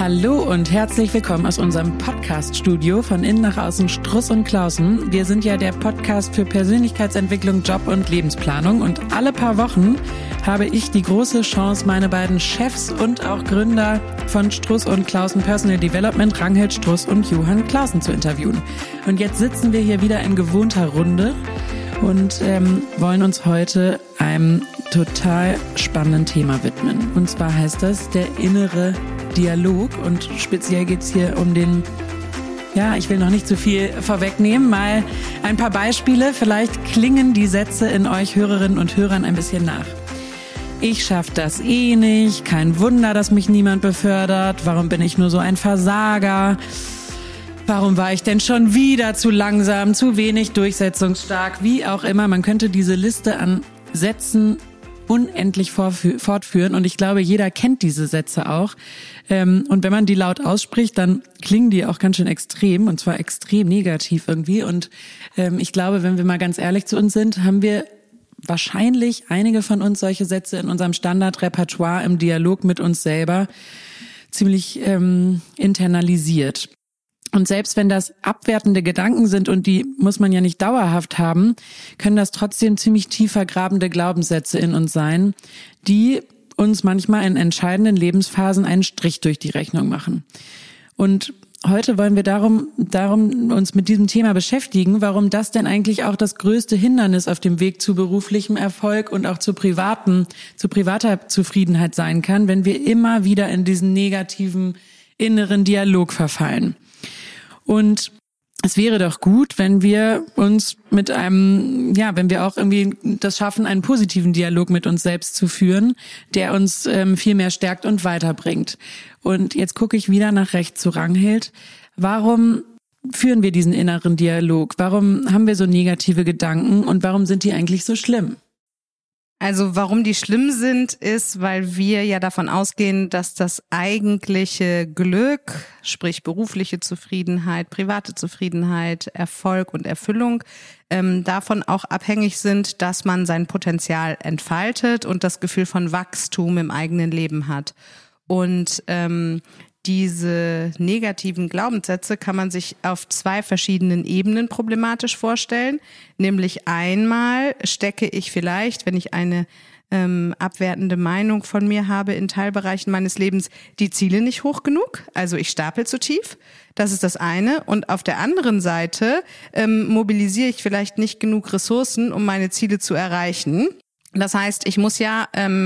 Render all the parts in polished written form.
Hallo und herzlich willkommen aus unserem Podcast-Studio von innen nach außen Struss und Klausen. Wir sind ja der Podcast für Persönlichkeitsentwicklung, Job und Lebensplanung und alle paar Wochen habe ich die große Chance, meine beiden Chefs und auch Gründer von Struss und Klausen Personal Development, Ranghild Struss und Johann Clausen, zu interviewen. Und jetzt sitzen wir hier wieder in gewohnter Runde und wollen uns heute einem total spannenden Thema widmen. Und zwar heißt das der innere Dialog, und speziell geht's hier um den, ich will noch nicht zu viel vorwegnehmen, mal ein paar Beispiele. Vielleicht klingen die Sätze in euch Hörerinnen und Hörern ein bisschen nach. Ich schaff das eh nicht, kein Wunder, dass mich niemand befördert, warum bin ich nur so ein Versager? Warum war ich denn schon wieder zu langsam, zu wenig durchsetzungsstark, wie auch immer. Man könnte diese Liste an Sätzen unendlich fortführen, und ich glaube, jeder kennt diese Sätze auch. Und wenn man die laut ausspricht, dann klingen die auch ganz schön extrem, und zwar extrem negativ irgendwie. Und ich glaube, wenn wir mal ganz ehrlich zu uns sind, haben wir wahrscheinlich einige von uns solche Sätze in unserem Standardrepertoire im Dialog mit uns selber ziemlich internalisiert. Und selbst wenn das abwertende Gedanken sind, und die muss man ja nicht dauerhaft haben, können das trotzdem ziemlich tief vergrabende Glaubenssätze in uns sein, die uns manchmal in entscheidenden Lebensphasen einen Strich durch die Rechnung machen. Und heute wollen wir darum uns mit diesem Thema beschäftigen, warum das denn eigentlich auch das größte Hindernis auf dem Weg zu beruflichem Erfolg und auch zu privater Zufriedenheit sein kann, wenn wir immer wieder in diesen negativen inneren Dialog verfallen. Und es wäre doch gut, wenn wir uns wenn wir auch irgendwie das schaffen, einen positiven Dialog mit uns selbst zu führen, der uns viel mehr stärkt und weiterbringt. Und jetzt gucke ich wieder nach rechts zu Ranghild. Warum führen wir diesen inneren Dialog? Warum haben wir so negative Gedanken und warum sind die eigentlich so schlimm? Also warum die schlimm sind, ist, weil wir ja davon ausgehen, dass das eigentliche Glück, sprich berufliche Zufriedenheit, private Zufriedenheit, Erfolg und Erfüllung, davon auch abhängig sind, dass man sein Potenzial entfaltet und das Gefühl von Wachstum im eigenen Leben hat. Und diese negativen Glaubenssätze kann man sich auf zwei verschiedenen Ebenen problematisch vorstellen. Nämlich einmal stecke ich vielleicht, wenn ich eine abwertende Meinung von mir habe in Teilbereichen meines Lebens, die Ziele nicht hoch genug. Also ich stapel zu tief. Das ist das eine. Und auf der anderen Seite mobilisiere ich vielleicht nicht genug Ressourcen, um meine Ziele zu erreichen. Das heißt, ich muss ja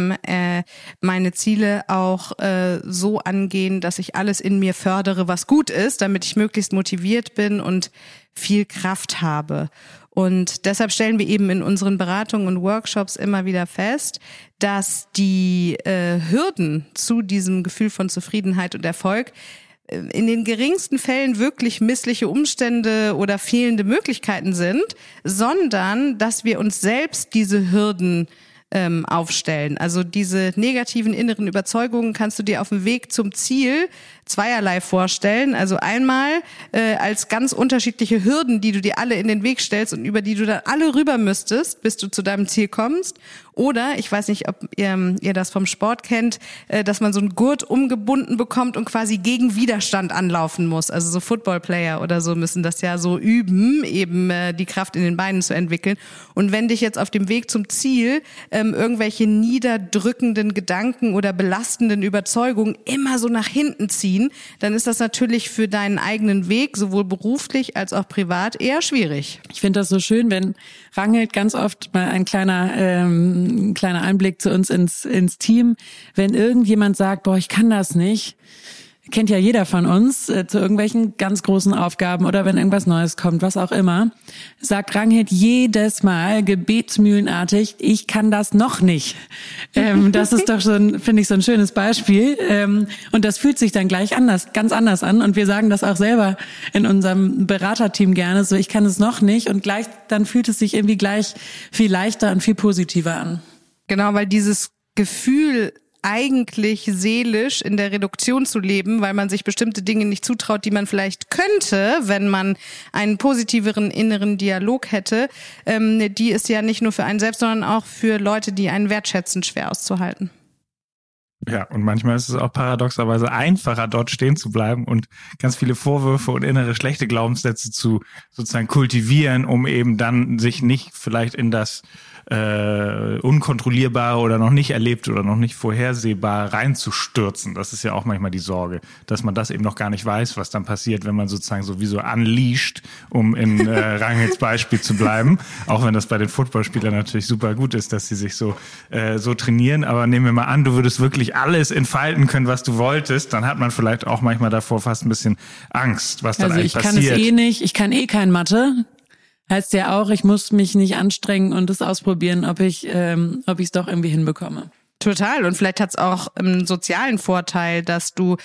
meine Ziele auch so angehen, dass ich alles in mir fördere, was gut ist, damit ich möglichst motiviert bin und viel Kraft habe. Und deshalb stellen wir eben in unseren Beratungen und Workshops immer wieder fest, dass die Hürden zu diesem Gefühl von Zufriedenheit und Erfolg in den geringsten Fällen wirklich missliche Umstände oder fehlende Möglichkeiten sind, sondern dass wir uns selbst diese Hürden aufstellen. Also diese negativen inneren Überzeugungen kannst du dir auf dem Weg zum Ziel zweierlei vorstellen. Also einmal als ganz unterschiedliche Hürden, die du dir alle in den Weg stellst und über die du dann alle rüber müsstest, bis du zu deinem Ziel kommst. Oder, ich weiß nicht, ob ihr das vom Sport kennt, dass man so einen Gurt umgebunden bekommt und quasi gegen Widerstand anlaufen muss. Also so Footballplayer oder so müssen das ja so üben, eben die Kraft in den Beinen zu entwickeln. Und wenn dich jetzt auf dem Weg zum Ziel irgendwelche niederdrückenden Gedanken oder belastenden Überzeugungen immer so nach hinten ziehen, dann ist das natürlich für deinen eigenen Weg, sowohl beruflich als auch privat, eher schwierig. Ich finde das so schön, wenn Ranghild ganz oft mal ein kleiner Einblick zu uns ins Team, wenn irgendjemand sagt, ich kann das nicht, kennt ja jeder von uns, zu irgendwelchen ganz großen Aufgaben oder wenn irgendwas Neues kommt, was auch immer, sagt Ranghild jedes Mal gebetsmühlenartig, ich kann das noch nicht. Das ist doch schon, finde ich, so ein schönes Beispiel. Und das fühlt sich dann gleich ganz anders an. Und wir sagen das auch selber in unserem Beraterteam gerne, so ich kann es noch nicht. Und gleich dann fühlt es sich irgendwie gleich viel leichter und viel positiver an. Genau, weil dieses Gefühl, eigentlich seelisch in der Reduktion zu leben, weil man sich bestimmte Dinge nicht zutraut, die man vielleicht könnte, wenn man einen positiveren inneren Dialog hätte, die ist ja nicht nur für einen selbst, sondern auch für Leute, die einen wertschätzen, schwer auszuhalten. Ja, und manchmal ist es auch paradoxerweise einfacher, dort stehen zu bleiben und ganz viele Vorwürfe und innere schlechte Glaubenssätze zu sozusagen kultivieren, um eben dann sich nicht vielleicht in das Unkontrollierbare oder noch nicht erlebt oder noch nicht vorhersehbar reinzustürzen. Das ist ja auch manchmal die Sorge, dass man das eben noch gar nicht weiß, was dann passiert, wenn man sozusagen sowieso unleasht, um in Rangels Beispiel zu bleiben. Auch wenn das bei den Footballspielern natürlich super gut ist, dass sie sich so trainieren. Aber nehmen wir mal an, du würdest wirklich alles entfalten können, was du wolltest, dann hat man vielleicht auch manchmal davor fast ein bisschen Angst, was dann eigentlich passiert. Also ich kann es nicht, ich kann kein Mathe. Heißt ja auch, ich muss mich nicht anstrengen und es ausprobieren, ob ich es doch irgendwie hinbekomme. Total. Und vielleicht hat es auch einen sozialen Vorteil, dass du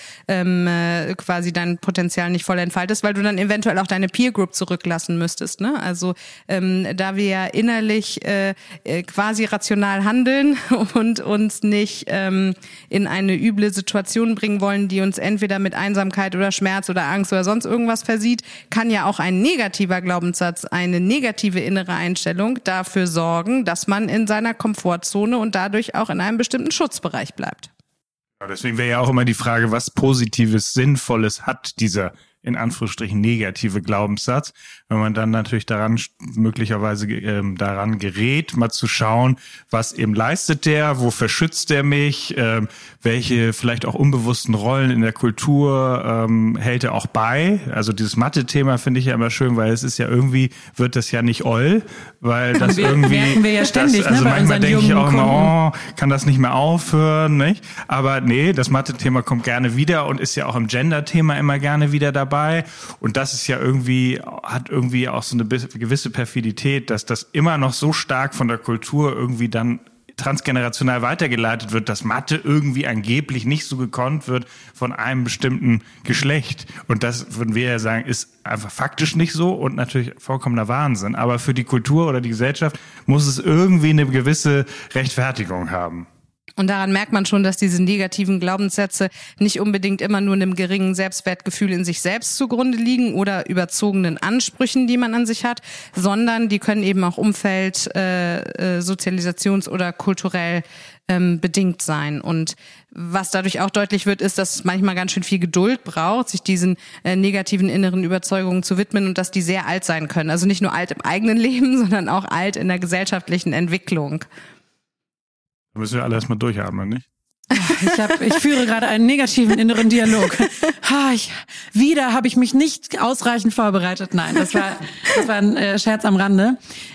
quasi dein Potenzial nicht voll entfaltest, weil du dann eventuell auch deine Peer Group zurücklassen müsstest. Ne? Also da wir ja innerlich quasi rational handeln und uns nicht in eine üble Situation bringen wollen, die uns entweder mit Einsamkeit oder Schmerz oder Angst oder sonst irgendwas versieht, kann ja auch ein negativer Glaubenssatz, eine negative innere Einstellung dafür sorgen, dass man in seiner Komfortzone und dadurch auch in einem bestimmten Schutzbereich bleibt. Ja, deswegen wäre ja auch immer die Frage, was Positives, Sinnvolles hat dieser in Anführungsstrichen negative Glaubenssatz, wenn man dann natürlich möglicherweise daran gerät, mal zu schauen, was eben leistet der, wofür schützt der mich, welche vielleicht auch unbewussten Rollen in der Kultur hält er auch bei. Also dieses Mathe-Thema finde ich ja immer schön, weil es ist ja irgendwie, wird das ja nicht oll, weil das merken wir ja ständig, also manchmal denke ich auch immer, kann das nicht mehr aufhören, nicht? Aber nee, das Mathe-Thema kommt gerne wieder und ist ja auch im Gender-Thema immer gerne wieder dabei. Und das ist ja hat irgendwie auch so eine gewisse Perfidität, dass das immer noch so stark von der Kultur irgendwie dann transgenerational weitergeleitet wird, dass Mathe irgendwie angeblich nicht so gekonnt wird von einem bestimmten Geschlecht. Und das, würden wir ja sagen, ist einfach faktisch nicht so und natürlich vollkommener Wahnsinn. Aber für die Kultur oder die Gesellschaft muss es irgendwie eine gewisse Rechtfertigung haben. Und daran merkt man schon, dass diese negativen Glaubenssätze nicht unbedingt immer nur einem geringen Selbstwertgefühl in sich selbst zugrunde liegen oder überzogenen Ansprüchen, die man an sich hat, sondern die können eben auch Umfeld, sozialisations- oder kulturell bedingt sein. Und was dadurch auch deutlich wird, ist, dass es manchmal ganz schön viel Geduld braucht, sich diesen negativen inneren Überzeugungen zu widmen und dass die sehr alt sein können. Also nicht nur alt im eigenen Leben, sondern auch alt in der gesellschaftlichen Entwicklung. Da müssen wir alle erstmal durchatmen, nicht? Ich führe gerade einen negativen inneren Dialog. Wieder habe ich mich nicht ausreichend vorbereitet. Nein, das war ein Scherz am Rande.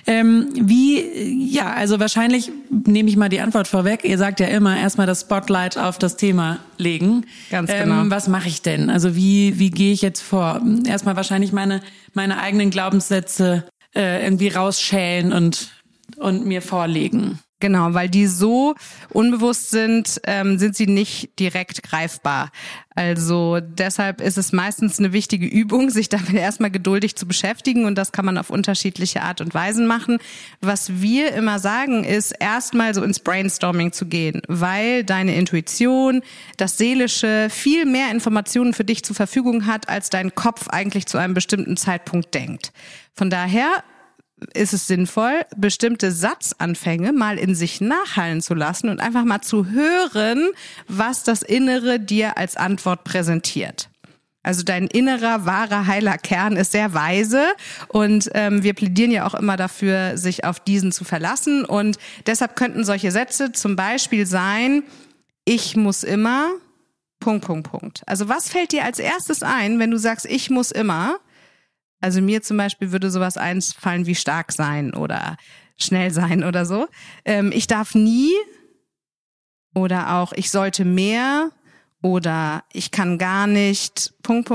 Also wahrscheinlich nehme ich mal die Antwort vorweg. Ihr sagt ja immer erstmal das Spotlight auf das Thema legen. Ganz genau. Was mache ich denn? Also wie gehe ich jetzt vor? Erstmal wahrscheinlich meine eigenen Glaubenssätze irgendwie rausschälen und mir vorlegen. Genau, weil die so unbewusst sind sie nicht direkt greifbar. Also deshalb ist es meistens eine wichtige Übung, sich damit erstmal geduldig zu beschäftigen und das kann man auf unterschiedliche Art und Weisen machen. Was wir immer sagen, ist erstmal so ins Brainstorming zu gehen, weil deine Intuition, das Seelische viel mehr Informationen für dich zur Verfügung hat, als dein Kopf eigentlich zu einem bestimmten Zeitpunkt denkt. Von daher ist es sinnvoll, bestimmte Satzanfänge mal in sich nachhallen zu lassen und einfach mal zu hören, was das Innere dir als Antwort präsentiert. Also dein innerer, wahrer, heiler Kern ist sehr weise und wir plädieren ja auch immer dafür, sich auf diesen zu verlassen und deshalb könnten solche Sätze zum Beispiel sein, ich muss immer, ... Also was fällt dir als erstes ein, wenn du sagst, ich muss immer? Also mir zum Beispiel würde sowas einfallen wie stark sein oder schnell sein oder so. Ich darf nie oder auch ich sollte mehr oder ich kann gar nicht, ...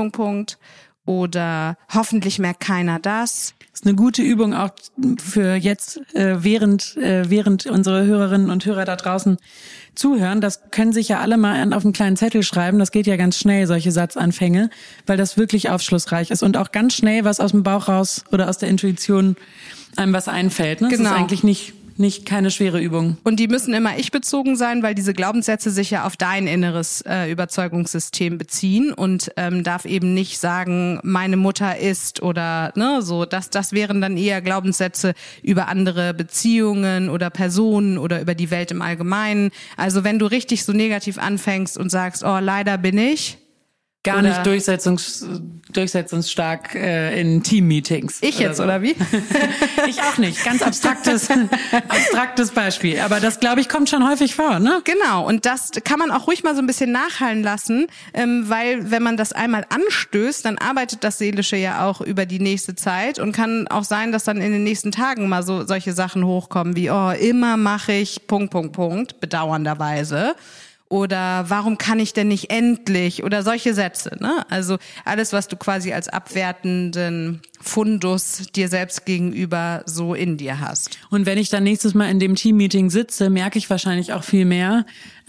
oder hoffentlich merkt keiner das. Das ist eine gute Übung auch für jetzt, während unsere Hörerinnen und Hörer da draußen zuhören. Das können sich ja alle mal auf einen kleinen Zettel schreiben. Das geht ja ganz schnell, solche Satzanfänge, weil das wirklich aufschlussreich ist und auch ganz schnell was aus dem Bauch raus oder aus der Intuition einem was einfällt. Ne? Genau. Das ist eigentlich keine schwere Übung. Und die müssen immer ich-bezogen sein, weil diese Glaubenssätze sich ja auf dein inneres Überzeugungssystem beziehen und darf eben nicht sagen, meine Mutter ist oder so. Das wären dann eher Glaubenssätze über andere Beziehungen oder Personen oder über die Welt im Allgemeinen. Also wenn du richtig so negativ anfängst und sagst, oh, leider bin ich... Gar nicht durchsetzungsstark in Team-Meetings. Ich jetzt, so. oder wie? Ich auch nicht. Ganz abstraktes Beispiel. Aber das, glaube ich, kommt schon häufig vor, ne? Genau. Und das kann man auch ruhig mal so ein bisschen nachhallen lassen, weil wenn man das einmal anstößt, dann arbeitet das Seelische ja auch über die nächste Zeit und kann auch sein, dass dann in den nächsten Tagen mal so solche Sachen hochkommen wie, oh, immer mache ich ... bedauernderweise. Oder warum kann ich denn nicht endlich? Oder solche Sätze, ne? Also alles, was du quasi als abwertenden Fundus dir selbst gegenüber so in dir hast. Und wenn ich dann nächstes Mal in dem Teammeeting sitze, merke ich wahrscheinlich auch viel mehr,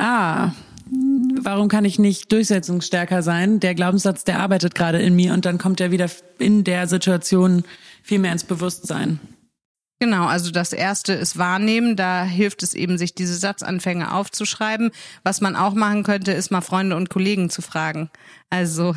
warum kann ich nicht durchsetzungsstärker sein? Der Glaubenssatz, der arbeitet gerade in mir und dann kommt er wieder in der Situation viel mehr ins Bewusstsein. Genau, also das Erste ist Wahrnehmen, da hilft es eben, sich diese Satzanfänge aufzuschreiben. Was man auch machen könnte, ist mal Freunde und Kollegen zu fragen. Also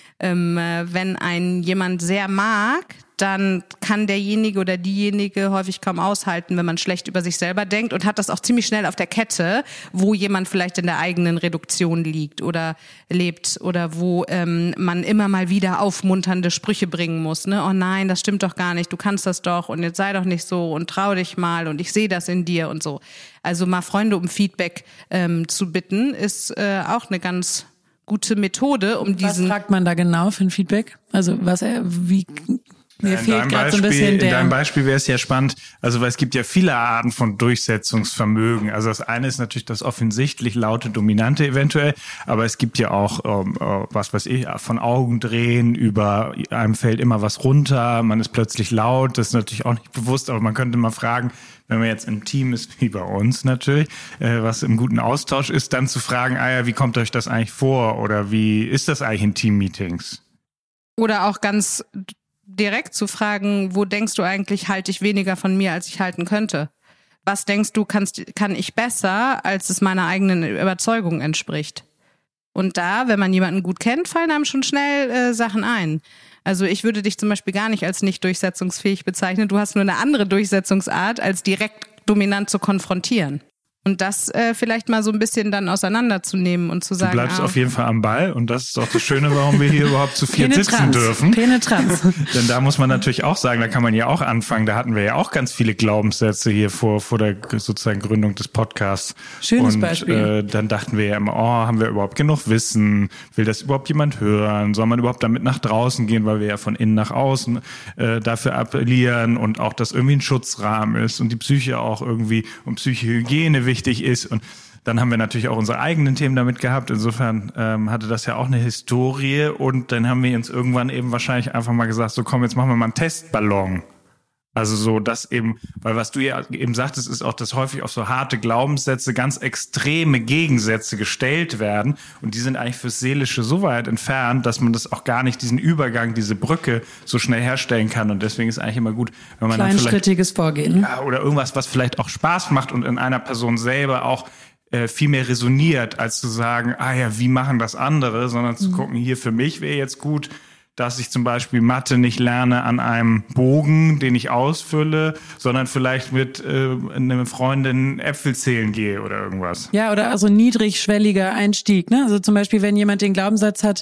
wenn einen jemand sehr mag, dann kann derjenige oder diejenige häufig kaum aushalten, wenn man schlecht über sich selber denkt und hat das auch ziemlich schnell auf der Kette, wo jemand vielleicht in der eigenen Reduktion liegt oder lebt oder wo man immer mal wieder aufmunternde Sprüche bringen muss. Ne? Oh nein, das stimmt doch gar nicht, du kannst das doch und jetzt sei doch nicht so und trau dich mal und ich sehe das in dir und so. Also mal Freunde um Feedback zu bitten, ist auch eine ganz gute Methode, um diesen... Was fragt man da genau für ein Feedback? Also wie... Mir fehlt gerade so ein bisschen in deinem Beispiel wäre es ja spannend, also weil es gibt ja viele Arten von Durchsetzungsvermögen. Also das eine ist natürlich das offensichtlich laute, dominante eventuell, aber es gibt ja auch, was weiß ich, von Augendrehen über einem fällt immer was runter, man ist plötzlich laut, das ist natürlich auch nicht bewusst, aber man könnte mal fragen, wenn man jetzt im Team ist, wie bei uns natürlich, was im guten Austausch ist, dann zu fragen, wie kommt euch das eigentlich vor oder wie ist das eigentlich in Teammeetings? Oder auch ganz direkt zu fragen, wo denkst du eigentlich, halte ich weniger von mir, als ich halten könnte? Was denkst du, kann ich besser, als es meiner eigenen Überzeugung entspricht? Und da, wenn man jemanden gut kennt, fallen einem schon schnell Sachen ein. Also ich würde dich zum Beispiel gar nicht als nicht durchsetzungsfähig bezeichnen. Du hast nur eine andere Durchsetzungsart, als direkt dominant zu konfrontieren. Und das vielleicht mal so ein bisschen dann auseinanderzunehmen und zu sagen... Du bleibst auf jeden Fall am Ball und das ist auch das Schöne, warum wir hier überhaupt zu viert sitzen dürfen. Penetranz. Denn da muss man natürlich auch sagen, da kann man ja auch anfangen, da hatten wir ja auch ganz viele Glaubenssätze hier vor der sozusagen Gründung des Podcasts. Schönes Beispiel. Dann dachten wir ja immer, haben wir überhaupt genug Wissen? Will das überhaupt jemand hören? Soll man überhaupt damit nach draußen gehen, weil wir ja von innen nach außen dafür appellieren und auch, dass irgendwie ein Schutzrahmen ist und die Psyche auch irgendwie und Psychohygiene wichtig ist und dann haben wir natürlich auch unsere eigenen Themen damit gehabt. Insofern hatte das ja auch eine Historie und dann haben wir uns irgendwann eben wahrscheinlich einfach mal gesagt, so komm, jetzt machen wir mal einen Testballon. Also so, dass eben, weil was du ja eben sagtest, ist auch, dass häufig auf so harte Glaubenssätze ganz extreme Gegensätze gestellt werden und die sind eigentlich fürs Seelische so weit entfernt, dass man das auch gar nicht, diesen Übergang, diese Brücke so schnell herstellen kann und deswegen ist eigentlich immer gut, wenn man dann vielleicht... Kleinschrittiges Vorgehen. Ja, oder irgendwas, was vielleicht auch Spaß macht und in einer Person selber auch viel mehr resoniert, als zu sagen, wie machen das andere, sondern zu gucken, hier für mich wäre jetzt gut, dass ich zum Beispiel Mathe nicht lerne an einem Bogen, den ich ausfülle, sondern vielleicht mit einer Freundin Äpfel zählen gehe oder irgendwas. Ja, oder also niedrigschwelliger Einstieg, ne? Also zum Beispiel, wenn jemand den Glaubenssatz hat,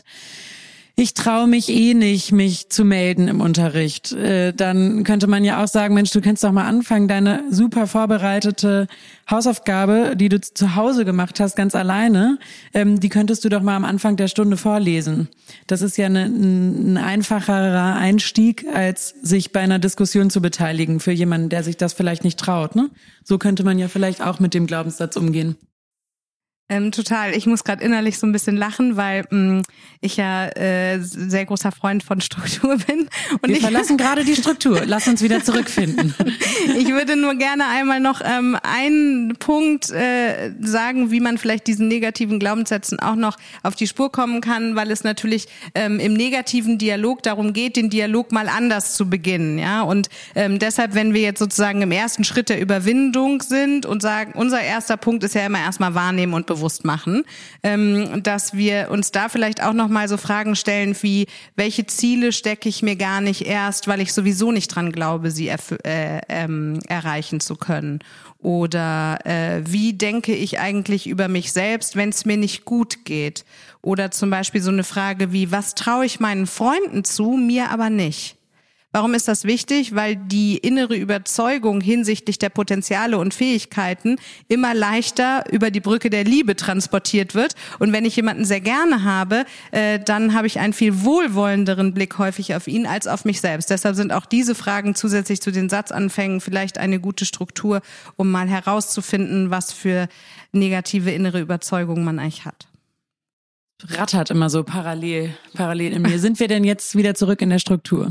ich traue mich nicht, mich zu melden im Unterricht, dann könnte man ja auch sagen, Mensch, du kannst doch mal anfangen, deine super vorbereitete Hausaufgabe, die du zu Hause gemacht hast, ganz alleine, die könntest du doch mal am Anfang der Stunde vorlesen. Das ist ja ein einfacherer Einstieg, als sich bei einer Diskussion zu beteiligen für jemanden, der sich das vielleicht nicht traut, ne? So könnte man ja vielleicht auch mit dem Glaubenssatz umgehen. Total. Ich muss gerade innerlich so ein bisschen lachen, weil ich ja sehr großer Freund von Struktur bin. Und wir verlassen gerade die Struktur. Lass uns wieder zurückfinden. Ich würde nur gerne einmal noch einen Punkt sagen, wie man vielleicht diesen negativen Glaubenssätzen auch noch auf die Spur kommen kann, weil es natürlich im negativen Dialog darum geht, den Dialog mal anders zu beginnen. Ja, und deshalb, wenn wir jetzt sozusagen im ersten Schritt der Überwindung sind und sagen, unser erster Punkt ist ja immer erstmal wahrnehmen und bewusst machen, dass wir uns da vielleicht auch noch mal so Fragen stellen wie, welche Ziele stecke ich mir gar nicht erst, weil ich sowieso nicht dran glaube, sie erreichen zu können. Oder wie denke ich eigentlich über mich selbst, wenn es mir nicht gut geht? Oder zum Beispiel so eine Frage wie, was traue ich meinen Freunden zu, mir aber nicht? Warum ist das wichtig? Weil die innere Überzeugung hinsichtlich der Potenziale und Fähigkeiten immer leichter über die Brücke der Liebe transportiert wird. Und wenn ich jemanden sehr gerne habe, dann habe ich einen viel wohlwollenderen Blick häufig auf ihn als auf mich selbst. Deshalb sind auch diese Fragen zusätzlich zu den Satzanfängen vielleicht eine gute Struktur, um mal herauszufinden, was für negative innere Überzeugungen man eigentlich hat. Rattert immer so parallel in mir. Sind wir denn jetzt wieder zurück in der Struktur?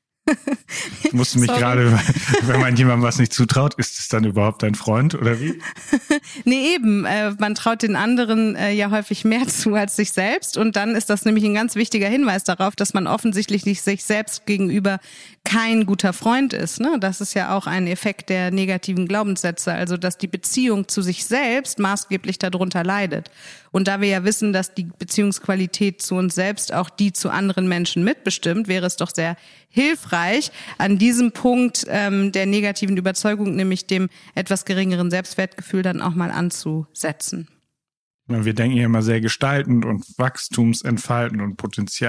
Ich musste mich gerade, wenn man jemandem was nicht zutraut, ist es dann überhaupt dein Freund oder wie? Nee, eben. Man traut den anderen ja häufig mehr zu als sich selbst. Und dann ist das nämlich ein ganz wichtiger Hinweis darauf, dass man offensichtlich nicht sich selbst gegenüber kein guter Freund ist. Ne? Das ist ja auch ein Effekt der negativen Glaubenssätze. Also, dass die Beziehung zu sich selbst maßgeblich darunter leidet. Und da wir ja wissen, dass die Beziehungsqualität zu uns selbst auch die zu anderen Menschen mitbestimmt, wäre es doch sehr hilfreich, an diesem Punkt der negativen Überzeugung, nämlich dem etwas geringeren Selbstwertgefühl, dann auch mal anzusetzen. Wir denken ja immer sehr gestaltend und wachstumsentfaltend und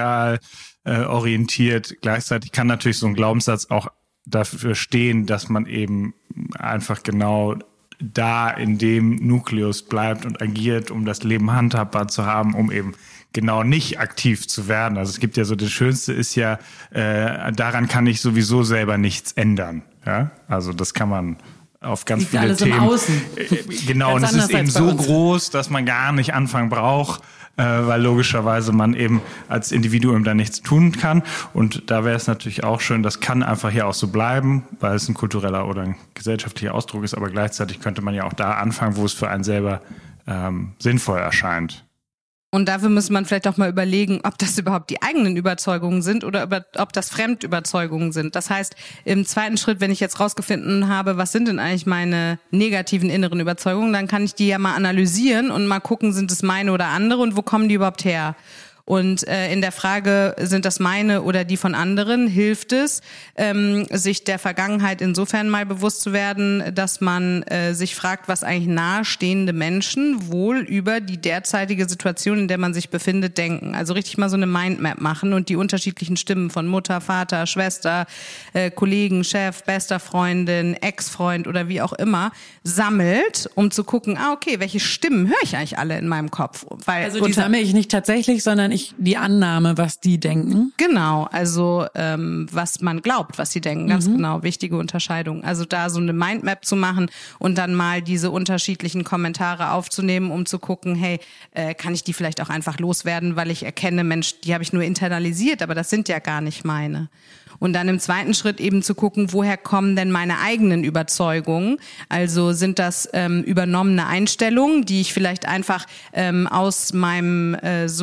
potenzialorientiert. Gleichzeitig kann natürlich so ein Glaubenssatz auch dafür stehen, dass man eben einfach genau da in dem Nukleus bleibt und agiert, um das Leben handhabbar zu haben, um eben genau nicht aktiv zu werden. Also es gibt ja so, das Schönste ist ja, daran kann ich sowieso selber nichts ändern. Ja, also das kann man auf ganz viele alles Themen. Im Außen. Genau, und es ist eben so groß, dass man gar nicht anfangen braucht, weil logischerweise man eben als Individuum da nichts tun kann. Und da wäre es natürlich auch schön, das kann einfach hier auch so bleiben, weil es ein kultureller oder ein gesellschaftlicher Ausdruck ist, aber gleichzeitig könnte man ja auch da anfangen, wo es für einen selber sinnvoll erscheint. Und dafür muss man vielleicht auch mal überlegen, ob das überhaupt die eigenen Überzeugungen sind oder ob das Fremdüberzeugungen sind. Das heißt, im zweiten Schritt, wenn ich jetzt rausgefunden habe, was sind denn eigentlich meine negativen inneren Überzeugungen, dann kann ich die ja mal analysieren und mal gucken, sind es meine oder andere und wo kommen die überhaupt her? Und in der Frage, sind das meine oder die von anderen, hilft es, sich der Vergangenheit insofern mal bewusst zu werden, dass man sich fragt, was eigentlich nahestehende Menschen wohl über die derzeitige Situation, in der man sich befindet, denken. Also richtig mal so eine Mindmap machen und die unterschiedlichen Stimmen von Mutter, Vater, Schwester, Kollegen, Chef, bester Freundin, Ex-Freund oder wie auch immer sammelt, um zu gucken, okay, welche Stimmen höre ich eigentlich alle in meinem Kopf? Weil also die sammle ich nicht tatsächlich, sondern die Annahme, was die denken. Genau, also was man glaubt, was sie denken, ganz genau, wichtige Unterscheidung. Also da so eine Mindmap zu machen und dann mal diese unterschiedlichen Kommentare aufzunehmen, um zu gucken, hey, kann ich die vielleicht auch einfach loswerden, weil ich erkenne, Mensch, die habe ich nur internalisiert, aber das sind ja gar nicht meine. Und dann im zweiten Schritt eben zu gucken, woher kommen denn meine eigenen Überzeugungen? Also sind das übernommene Einstellungen, die ich vielleicht einfach aus meinem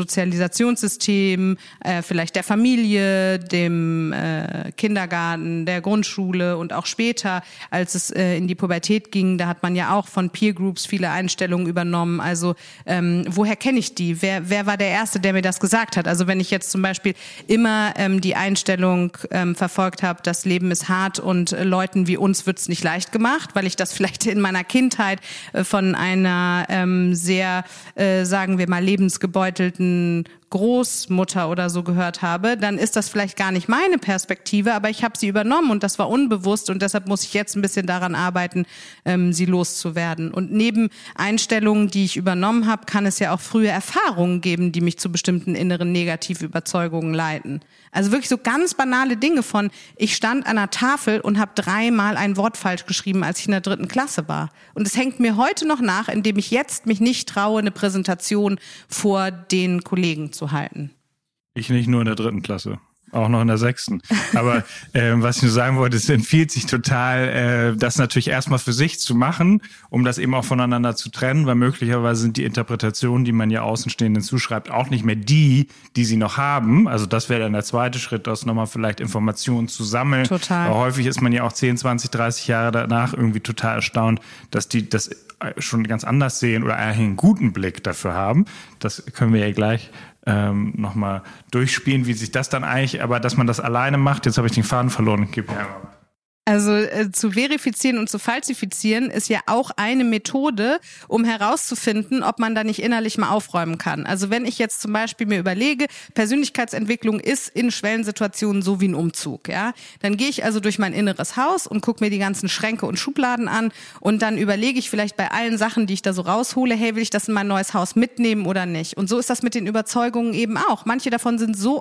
Sozialisationssystem, vielleicht der Familie, dem Kindergarten, der Grundschule und auch später, als es in die Pubertät ging, da hat man ja auch von Peer Groups viele Einstellungen übernommen. Also woher kenne ich die? Wer war der Erste, der mir das gesagt hat? Also wenn ich jetzt zum Beispiel immer die Einstellung verfolgt habe, das Leben ist hart und Leuten wie uns wird's nicht leicht gemacht, weil ich das vielleicht in meiner Kindheit von einer sehr, sagen wir mal, lebensgebeutelten Großmutter oder so gehört habe, dann ist das vielleicht gar nicht meine Perspektive, aber ich habe sie übernommen und das war unbewusst und deshalb muss ich jetzt ein bisschen daran arbeiten, sie loszuwerden. Und neben Einstellungen, die ich übernommen habe, kann es ja auch frühe Erfahrungen geben, die mich zu bestimmten inneren Negativüberzeugungen leiten. Also wirklich so ganz banale Dinge von, ich stand an einer Tafel und habe 3-mal ein Wort falsch geschrieben, als ich in der 3. Klasse war. Und es hängt mir heute noch nach, indem ich jetzt mich nicht traue, eine Präsentation vor den Kollegen zu halten. Ich nicht nur in der 3. Klasse. Auch noch in der 6. Aber was ich nur sagen wollte, es empfiehlt sich total, das natürlich erstmal für sich zu machen, um das eben auch voneinander zu trennen, weil möglicherweise sind die Interpretationen, die man ja Außenstehenden zuschreibt, auch nicht mehr die sie noch haben. Also das wäre dann der zweite Schritt, das nochmal vielleicht Informationen zu sammeln. Total. Aber häufig ist man ja auch 10, 20, 30 Jahre danach irgendwie total erstaunt, dass die das schon ganz anders sehen oder eigentlich einen guten Blick dafür haben. Das können wir ja gleich nochmal durchspielen, wie sich das dann eigentlich, aber dass man das alleine macht, jetzt habe ich den Faden verloren, gib mir einmal. Also zu verifizieren und zu falsifizieren ist ja auch eine Methode, um herauszufinden, ob man da nicht innerlich mal aufräumen kann. Also wenn ich jetzt zum Beispiel mir überlege, Persönlichkeitsentwicklung ist in Schwellensituationen so wie ein Umzug, ja, dann gehe ich also durch mein inneres Haus und gucke mir die ganzen Schränke und Schubladen an und dann überlege ich vielleicht bei allen Sachen, die ich da so raushole, hey, will ich das in mein neues Haus mitnehmen oder nicht? Und so ist das mit den Überzeugungen eben auch. Manche davon sind so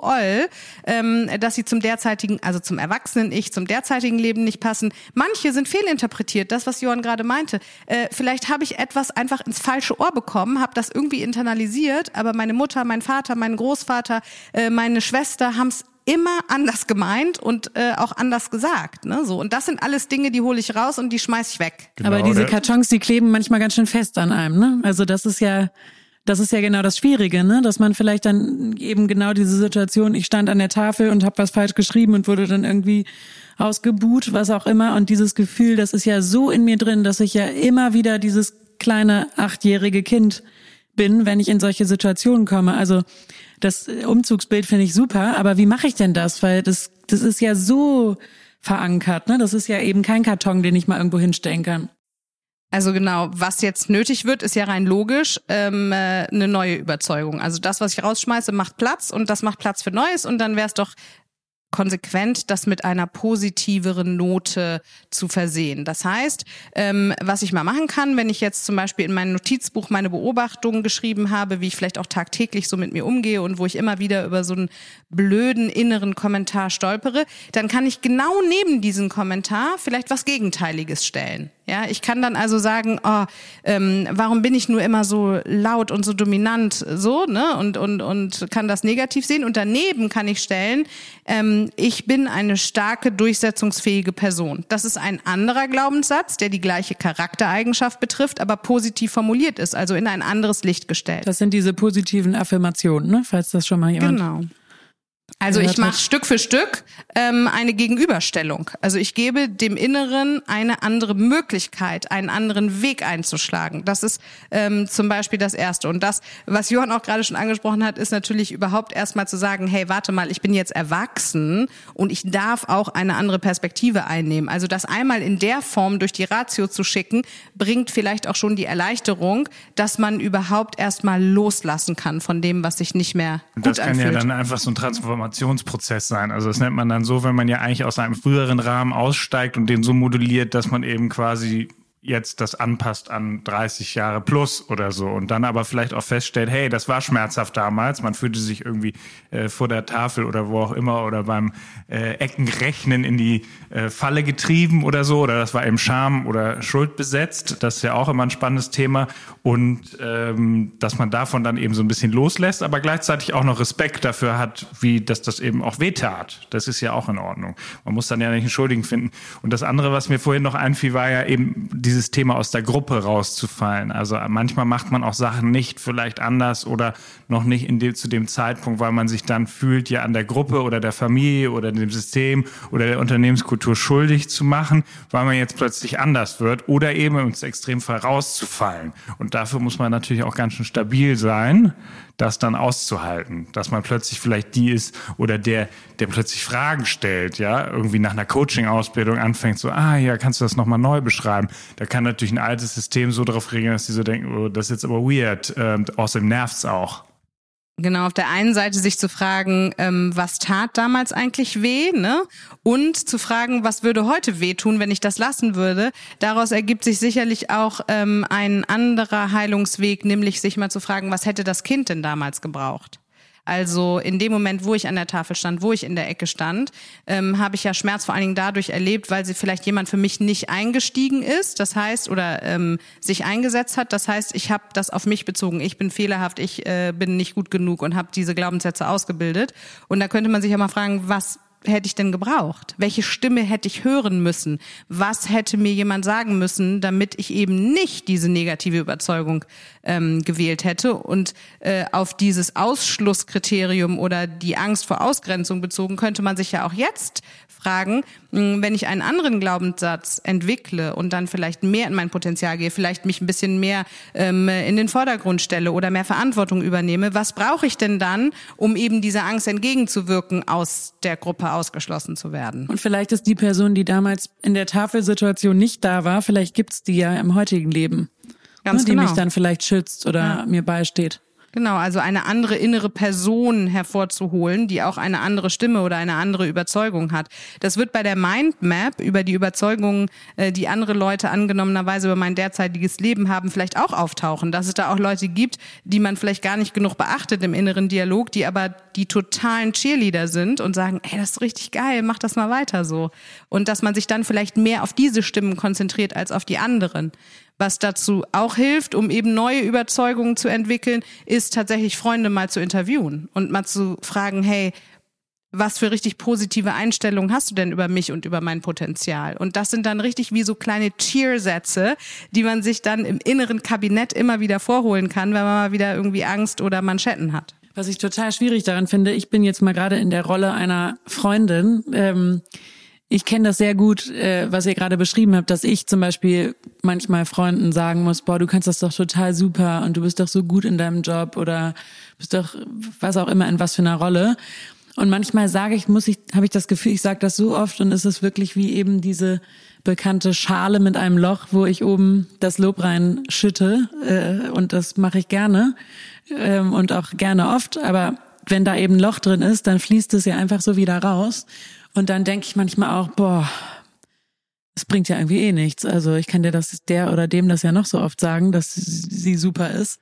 dass sie zum Erwachsenen-Ich, zum derzeitigen Leben nicht passen. Manche sind fehlinterpretiert, das, was Johann gerade meinte. Vielleicht habe ich etwas einfach ins falsche Ohr bekommen, habe das irgendwie internalisiert, aber meine Mutter, mein Vater, mein Großvater, meine Schwester haben es immer anders gemeint und auch anders gesagt. Ne? So. Und das sind alles Dinge, die hole ich raus und die schmeiß ich weg. Genau, aber diese Kartons, die kleben manchmal ganz schön fest an einem. Ne? Also das ist ja genau das Schwierige, ne? Dass man vielleicht dann eben genau diese Situation, ich stand an der Tafel und habe was falsch geschrieben und wurde dann irgendwie ausgebuht, was auch immer. Und dieses Gefühl, das ist ja so in mir drin, dass ich ja immer wieder dieses kleine 8-jährige Kind bin, wenn ich in solche Situationen komme. Also das Umzugsbild finde ich super, aber wie mache ich denn das? Weil das ist ja so verankert, ne? Das ist ja eben kein Karton, den ich mal irgendwo hinstellen kann. Also genau, was jetzt nötig wird, ist ja rein logisch eine neue Überzeugung. Also das, was ich rausschmeiße, macht Platz und das macht Platz für Neues und dann wäre es doch konsequent, das mit einer positiveren Note zu versehen. Das heißt, was ich mal machen kann, wenn ich jetzt zum Beispiel in meinem Notizbuch meine Beobachtungen geschrieben habe, wie ich vielleicht auch tagtäglich so mit mir umgehe und wo ich immer wieder über so einen blöden inneren Kommentar stolpere, dann kann ich genau neben diesen Kommentar vielleicht was Gegenteiliges stellen. Ja, ich kann dann also sagen, warum bin ich nur immer so laut und so dominant, so, ne, und kann das negativ sehen. Und daneben kann ich stellen, ich bin eine starke, durchsetzungsfähige Person. Das ist ein anderer Glaubenssatz, der die gleiche Charaktereigenschaft betrifft, aber positiv formuliert ist, also in ein anderes Licht gestellt. Das sind diese positiven Affirmationen, ne, falls das schon mal jemand... Genau. Also ich mache Stück für Stück eine Gegenüberstellung. Also ich gebe dem Inneren eine andere Möglichkeit, einen anderen Weg einzuschlagen. Das ist zum Beispiel das Erste. Und das, was Johann auch gerade schon angesprochen hat, ist natürlich überhaupt erstmal zu sagen, hey, warte mal, ich bin jetzt erwachsen und ich darf auch eine andere Perspektive einnehmen. Also das einmal in der Form durch die Ratio zu schicken, bringt vielleicht auch schon die Erleichterung, dass man überhaupt erstmal loslassen kann von dem, was sich nicht mehr gut anfühlt. Das kann ja dann einfach so ein Transformationsprozess sein. Also das nennt man dann so, wenn man ja eigentlich aus einem früheren Rahmen aussteigt und den so moduliert, dass man eben quasi jetzt das anpasst an 30 Jahre plus oder so und dann aber vielleicht auch feststellt, hey, das war schmerzhaft damals, man fühlte sich irgendwie vor der Tafel oder wo auch immer oder beim Eckenrechnen in die Falle getrieben oder so oder das war eben Scham oder Schuld besetzt, das ist ja auch immer ein spannendes Thema und dass man davon dann eben so ein bisschen loslässt, aber gleichzeitig auch noch Respekt dafür hat, wie dass das eben auch wehtat, das ist ja auch in Ordnung. Man muss dann ja nicht einen Schuldigen finden und das andere, was mir vorhin noch einfiel, war ja eben dieses Thema aus der Gruppe rauszufallen. Also manchmal macht man auch Sachen nicht vielleicht anders oder noch nicht zu dem Zeitpunkt, weil man sich dann fühlt, ja an der Gruppe oder der Familie oder dem System oder der Unternehmenskultur schuldig zu machen, weil man jetzt plötzlich anders wird oder eben im Extremfall rauszufallen. Und dafür muss man natürlich auch ganz schön stabil sein, das dann auszuhalten, dass man plötzlich vielleicht die ist oder der plötzlich Fragen stellt, ja, irgendwie nach einer Coaching-Ausbildung anfängt, so, ja, kannst du das nochmal neu beschreiben? Da kann natürlich ein altes System so drauf reagieren, dass die so denken, oh, das ist jetzt aber weird, außerdem nervt's auch. Genau, auf der einen Seite sich zu fragen, was tat damals eigentlich weh, ne? Und zu fragen, was würde heute wehtun, wenn ich das lassen würde. Daraus ergibt sich sicherlich auch ein anderer Heilungsweg, nämlich sich mal zu fragen, was hätte das Kind denn damals gebraucht? Also in dem Moment, wo ich an der Tafel stand, wo ich in der Ecke stand, habe ich ja Schmerz vor allen Dingen dadurch erlebt, weil sie vielleicht jemand für mich nicht eingestiegen ist, das heißt, oder sich eingesetzt hat. Das heißt, ich habe das auf mich bezogen. Ich bin fehlerhaft, ich bin nicht gut genug und habe diese Glaubenssätze ausgebildet. Und da könnte man sich ja mal fragen, was hätte ich denn gebraucht? Welche Stimme hätte ich hören müssen? Was hätte mir jemand sagen müssen, damit ich eben nicht diese negative Überzeugung gewählt hätte? Und auf dieses Ausschlusskriterium oder die Angst vor Ausgrenzung bezogen, könnte man sich ja auch jetzt fragen, wenn ich einen anderen Glaubenssatz entwickle und dann vielleicht mehr in mein Potenzial gehe, vielleicht mich ein bisschen mehr in den Vordergrund stelle oder mehr Verantwortung übernehme, was brauche ich denn dann, um eben dieser Angst entgegenzuwirken, aus der Gruppe ausgeschlossen zu werden? Und vielleicht ist die Person, die damals in der Tafelsituation nicht da war, vielleicht gibt's die ja im heutigen Leben, Ganz die genau. mich dann vielleicht schützt oder mir beisteht. Genau, also eine andere innere Person hervorzuholen, die auch eine andere Stimme oder eine andere Überzeugung hat. Das wird bei der Mindmap über die Überzeugungen, die andere Leute angenommenerweise über mein derzeitiges Leben haben, vielleicht auch auftauchen. Dass es da auch Leute gibt, die man vielleicht gar nicht genug beachtet im inneren Dialog, die aber die totalen Cheerleader sind und sagen, ey, das ist richtig geil, mach das mal weiter so. Und dass man sich dann vielleicht mehr auf diese Stimmen konzentriert als auf die anderen. Was dazu auch hilft, um eben neue Überzeugungen zu entwickeln, ist tatsächlich Freunde mal zu interviewen und mal zu fragen, hey, was für richtig positive Einstellungen hast du denn über mich und über mein Potenzial? Und das sind dann richtig wie so kleine Cheer-Sätze, die man sich dann im inneren Kabinett immer wieder vorholen kann, wenn man mal wieder irgendwie Angst oder Manschetten hat. Was ich total schwierig daran finde, ich bin jetzt mal gerade in der Rolle einer Freundin. Ich kenne das sehr gut, was ihr gerade beschrieben habt, dass ich zum Beispiel manchmal Freunden sagen muss, boah, du kannst das doch total super und du bist doch so gut in deinem Job oder bist doch was auch immer in was für einer Rolle. Und manchmal habe ich das Gefühl, ich sage das so oft und es ist wirklich wie eben diese bekannte Schale mit einem Loch, wo ich oben das Lob reinschütte und das mache ich gerne und auch gerne oft, aber wenn da eben ein Loch drin ist, dann fließt es ja einfach so wieder raus. Und dann denke ich manchmal auch, boah, das bringt ja irgendwie nichts. Also ich kann dir der oder dem das ja noch so oft sagen, dass sie super ist.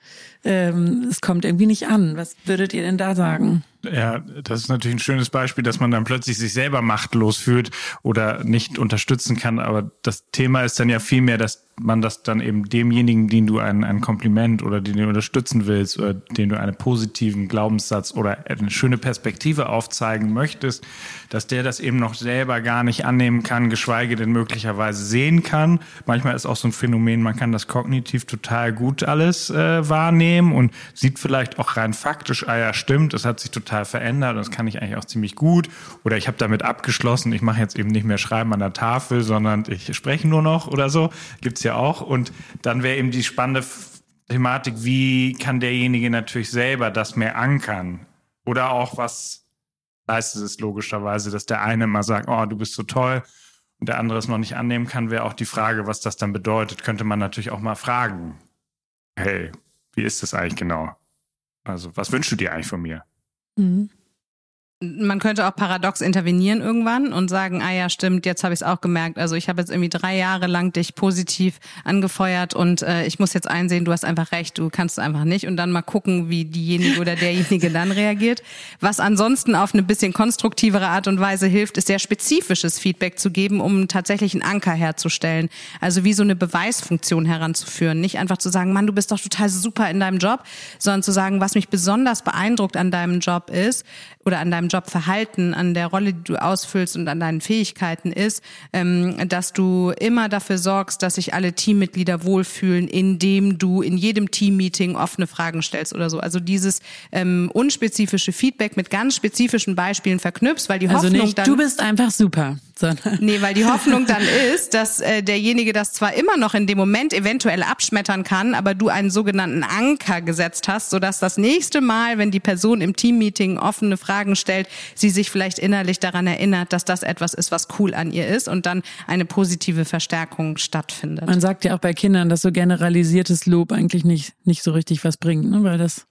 Es kommt irgendwie nicht an. Was würdet ihr denn da sagen? Ja, das ist natürlich ein schönes Beispiel, dass man dann plötzlich sich selber machtlos fühlt oder nicht unterstützen kann. Aber das Thema ist dann ja vielmehr, dass man das dann eben demjenigen, den du ein Kompliment oder den du unterstützen willst oder den du einen positiven Glaubenssatz oder eine schöne Perspektive aufzeigen möchtest, dass der das eben noch selber gar nicht annehmen kann, geschweige denn möglicherweise sehen kann. Manchmal ist auch so ein Phänomen, man kann das kognitiv total gut alles wahrnehmen und sieht vielleicht auch rein faktisch, ja stimmt, das hat sich total verändert und das kann ich eigentlich auch ziemlich gut. Oder ich habe damit abgeschlossen, ich mache jetzt eben nicht mehr Schreiben an der Tafel, sondern ich spreche nur noch oder so. Gibt's ja auch. Und dann wäre eben die spannende Thematik, wie kann derjenige natürlich selber das mehr ankern? Oder auch, was leistet es logischerweise, dass der eine mal sagt, oh, du bist so toll und der andere es noch nicht annehmen kann, wäre auch die Frage, was das dann bedeutet. Könnte man natürlich auch mal fragen, hey, wie ist das eigentlich genau? Also, was wünschst du dir eigentlich von mir? Mhm. Man könnte auch paradox intervenieren irgendwann und sagen, ah ja, stimmt, jetzt habe ich es auch gemerkt. Also ich habe jetzt irgendwie 3 Jahre lang dich positiv angefeuert und ich muss jetzt einsehen, du hast einfach recht, du kannst es einfach nicht. Und dann mal gucken, wie diejenige oder derjenige dann reagiert. Was ansonsten auf eine bisschen konstruktivere Art und Weise hilft, ist sehr spezifisches Feedback zu geben, um tatsächlich einen Anker herzustellen. Also wie so eine Beweisfunktion heranzuführen. Nicht einfach zu sagen, Mann, du bist doch total super in deinem Job, sondern zu sagen, was mich besonders beeindruckt an deinem Job ist oder an deinem Jobverhalten, an der Rolle, die du ausfüllst und an deinen Fähigkeiten ist, dass du immer dafür sorgst, dass sich alle Teammitglieder wohlfühlen, indem du in jedem Teammeeting offene Fragen stellst oder so. Also dieses unspezifische Feedback mit ganz spezifischen Beispielen verknüpfst, weil die also Hoffnung nicht, dann... du bist einfach super. Nee, weil die Hoffnung dann ist, dass derjenige das zwar immer noch in dem Moment eventuell abschmettern kann, aber du einen sogenannten Anker gesetzt hast, sodass das nächste Mal, wenn die Person im Teammeeting offene Fragen stellt, sie sich vielleicht innerlich daran erinnert, dass das etwas ist, was cool an ihr ist und dann eine positive Verstärkung stattfindet. Man sagt ja auch bei Kindern, dass so generalisiertes Lob eigentlich nicht so richtig was bringt, ne? Weil das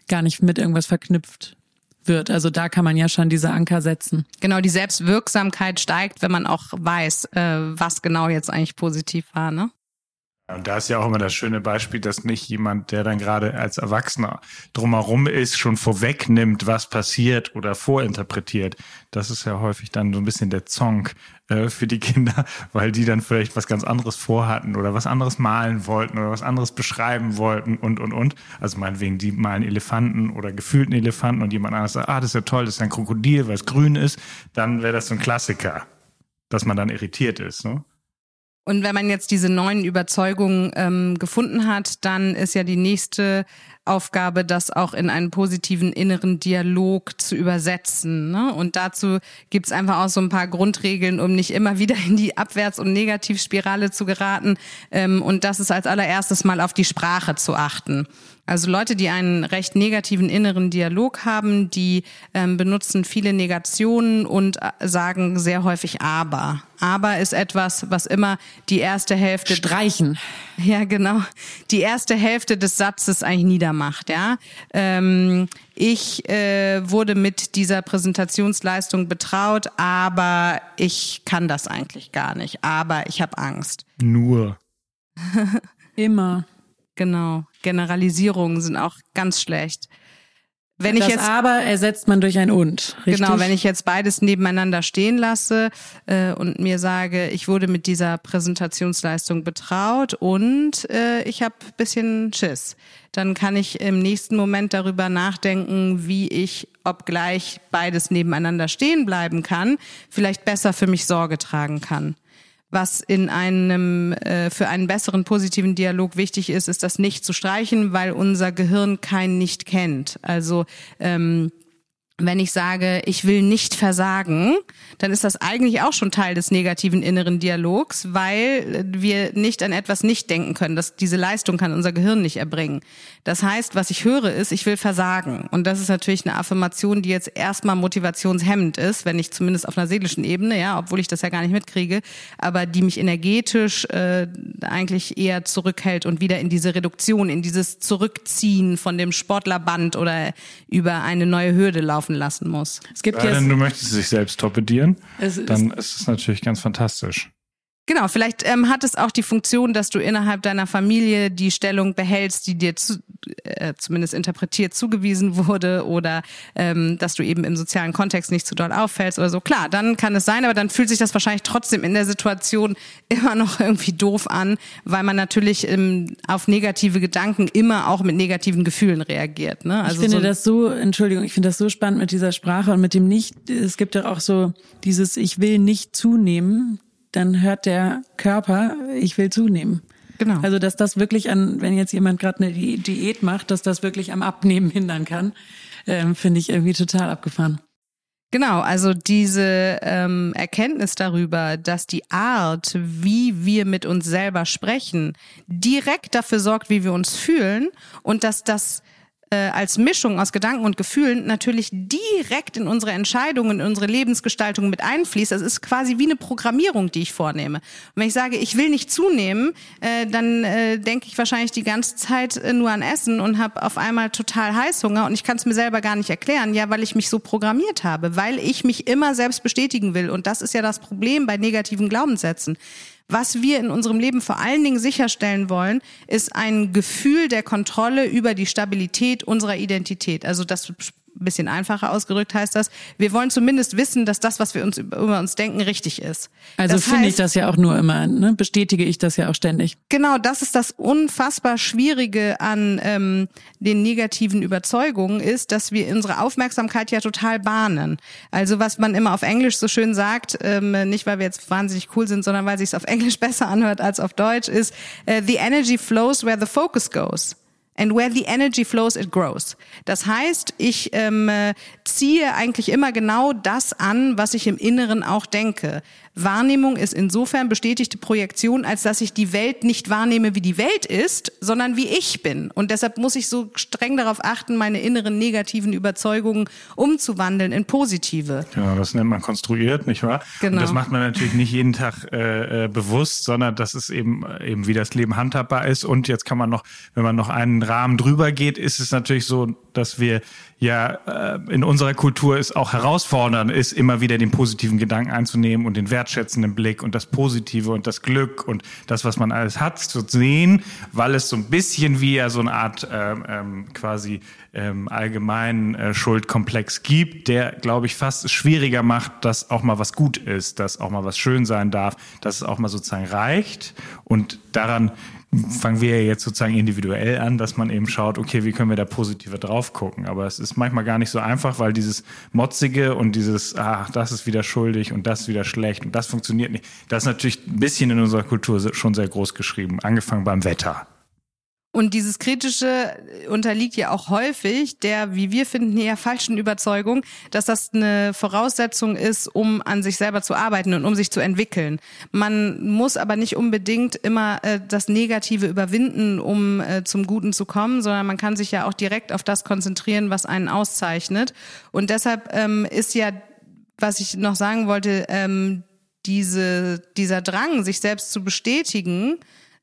gar nicht mit irgendwas verknüpft wird. Also da kann man ja schon diese Anker setzen. Genau, die Selbstwirksamkeit steigt, wenn man auch weiß, was genau jetzt eigentlich positiv war, ne? Und da ist ja auch immer das schöne Beispiel, dass nicht jemand, der dann gerade als Erwachsener drumherum ist, schon vorwegnimmt, was passiert oder vorinterpretiert. Das ist ja häufig dann so ein bisschen der Zonk für die Kinder, weil die dann vielleicht was ganz anderes vorhatten oder was anderes malen wollten oder was anderes beschreiben wollten und. Also meinetwegen, die malen Elefanten oder gefühlten Elefanten und jemand anderes sagt, das ist ja toll, das ist ein Krokodil, weil es grün ist. Dann wäre das so ein Klassiker, dass man dann irritiert ist, ne? Und wenn man jetzt diese neuen Überzeugungen gefunden hat, dann ist ja die nächste Aufgabe, das auch in einen positiven inneren Dialog zu übersetzen, ne? Und dazu gibt's einfach auch so ein paar Grundregeln, um nicht immer wieder in die Abwärts- und Negativspirale zu geraten. Und das ist als allererstes mal auf die Sprache zu achten. Also Leute, die einen recht negativen inneren Dialog haben, die benutzen viele Negationen und sagen sehr häufig aber. Aber ist etwas, was immer die erste Hälfte... Streichen. Ja, genau. Die erste Hälfte des Satzes eigentlich niedermacht, ja. Ich wurde mit dieser Präsentationsleistung betraut, aber ich kann das eigentlich gar nicht. Aber ich habe Angst. Nur. Immer. Genau. Generalisierungen sind auch ganz schlecht. Wenn das ich jetzt aber ersetzt man durch ein und, richtig? Genau, wenn ich jetzt beides nebeneinander stehen lasse und mir sage, ich wurde mit dieser Präsentationsleistung betraut und ich habe ein bisschen Schiss, dann kann ich im nächsten Moment darüber nachdenken, wie ich, obgleich beides nebeneinander stehen bleiben kann, vielleicht besser für mich Sorge tragen kann. Was in einem für einen besseren positiven Dialog wichtig ist, ist das nicht zu streichen, weil unser Gehirn kein Nicht kennt. Also wenn ich sage, ich will nicht versagen, dann ist das eigentlich auch schon Teil des negativen inneren Dialogs, weil wir nicht an etwas nicht denken können. Diese Leistung kann unser Gehirn nicht erbringen. Das heißt, was ich höre, ist, ich will versagen. Und das ist natürlich eine Affirmation, die jetzt erstmal motivationshemmend ist, wenn ich zumindest auf einer seelischen Ebene, ja, obwohl ich das ja gar nicht mitkriege, aber die mich energetisch eigentlich eher zurückhält und wieder in diese Reduktion, in dieses Zurückziehen von dem Sportlerband oder über eine neue Hürde laufen lassen muss. Es gibt Wenn du möchtest dich selbst torpedieren, dann ist es natürlich ganz fantastisch. Genau, vielleicht hat es auch die Funktion, dass du innerhalb deiner Familie die Stellung behältst, die dir zumindest interpretiert zugewiesen wurde oder dass du eben im sozialen Kontext nicht zu doll auffällst oder so. Klar, dann kann es sein, aber dann fühlt sich das wahrscheinlich trotzdem in der Situation immer noch irgendwie doof an, weil man natürlich auf negative Gedanken immer auch mit negativen Gefühlen reagiert. Ne? Also ich finde das so spannend mit dieser Sprache und mit dem Nicht. Es gibt ja auch so dieses Ich will nicht zunehmen. Dann hört der Körper, ich will zunehmen. Genau. Also dass das wirklich wenn jetzt jemand gerade eine Diät macht, dass das wirklich am Abnehmen hindern kann, finde ich irgendwie total abgefahren. Genau, also diese Erkenntnis darüber, dass die Art, wie wir mit uns selber sprechen, direkt dafür sorgt, wie wir uns fühlen und dass das als Mischung aus Gedanken und Gefühlen natürlich direkt in unsere Entscheidungen, in unsere Lebensgestaltung mit einfließt. Das ist quasi wie eine Programmierung, die ich vornehme. Und wenn ich sage, ich will nicht zunehmen, dann denke ich wahrscheinlich die ganze Zeit nur an Essen und habe auf einmal total Heißhunger und ich kann es mir selber gar nicht erklären, ja, weil ich mich so programmiert habe, weil ich mich immer selbst bestätigen will. Und das ist ja das Problem bei negativen Glaubenssätzen. Was wir in unserem Leben vor allen Dingen sicherstellen wollen, ist ein Gefühl der Kontrolle über die Stabilität unserer Identität. Also das ein bisschen einfacher ausgedrückt heißt das, wir wollen zumindest wissen, dass das, was wir uns über uns denken, richtig ist. Also finde ich das ja auch nur immer, ne? Bestätige ich das ja auch ständig. Genau, das ist das unfassbar Schwierige an den negativen Überzeugungen ist, dass wir unsere Aufmerksamkeit ja total bahnen. Also was man immer auf Englisch so schön sagt, nicht weil wir jetzt wahnsinnig cool sind, sondern weil sich es auf Englisch besser anhört als auf Deutsch, ist the energy flows where the focus goes. And where the energy flows, it grows. Das heißt, ich ziehe eigentlich immer genau das an, was ich im Inneren auch denke. Wahrnehmung ist insofern bestätigte Projektion, als dass ich die Welt nicht wahrnehme, wie die Welt ist, sondern wie ich bin. Und deshalb muss ich so streng darauf achten, meine inneren negativen Überzeugungen umzuwandeln in positive. Genau, das nennt man konstruiert, nicht wahr? Genau. Und das macht man natürlich nicht jeden Tag bewusst, sondern das ist eben wie das Leben handhabbar ist. Und jetzt kann man noch, wenn man noch einen Rahmen drüber geht, ist es natürlich so, dass wir ja in unserer Kultur es auch herausfordernd ist, immer wieder den positiven Gedanken einzunehmen und den wertschätzenden Blick und das Positive und das Glück und das, was man alles hat, zu sehen, weil es so ein bisschen wie ja so eine Art quasi allgemeinen Schuldkomplex gibt, der, glaube ich, fast schwieriger macht, dass auch mal was gut ist, dass auch mal was schön sein darf, dass es auch mal sozusagen reicht. Und daran fangen wir ja jetzt sozusagen individuell an, dass man eben schaut, okay, wie können wir da positiver drauf gucken. Aber es ist manchmal gar nicht so einfach, weil dieses Motzige und dieses, das ist wieder schuldig und das ist wieder schlecht und das funktioniert nicht, das ist natürlich ein bisschen in unserer Kultur schon sehr groß geschrieben, angefangen beim Wetter. Und dieses Kritische unterliegt ja auch häufig der, wie wir finden, eher falschen Überzeugung, dass das eine Voraussetzung ist, um an sich selber zu arbeiten und um sich zu entwickeln. Man muss aber nicht unbedingt immer das Negative überwinden, um zum Guten zu kommen, sondern man kann sich ja auch direkt auf das konzentrieren, was einen auszeichnet. Und deshalb ist ja, was ich noch sagen wollte, dieser Drang, sich selbst zu bestätigen,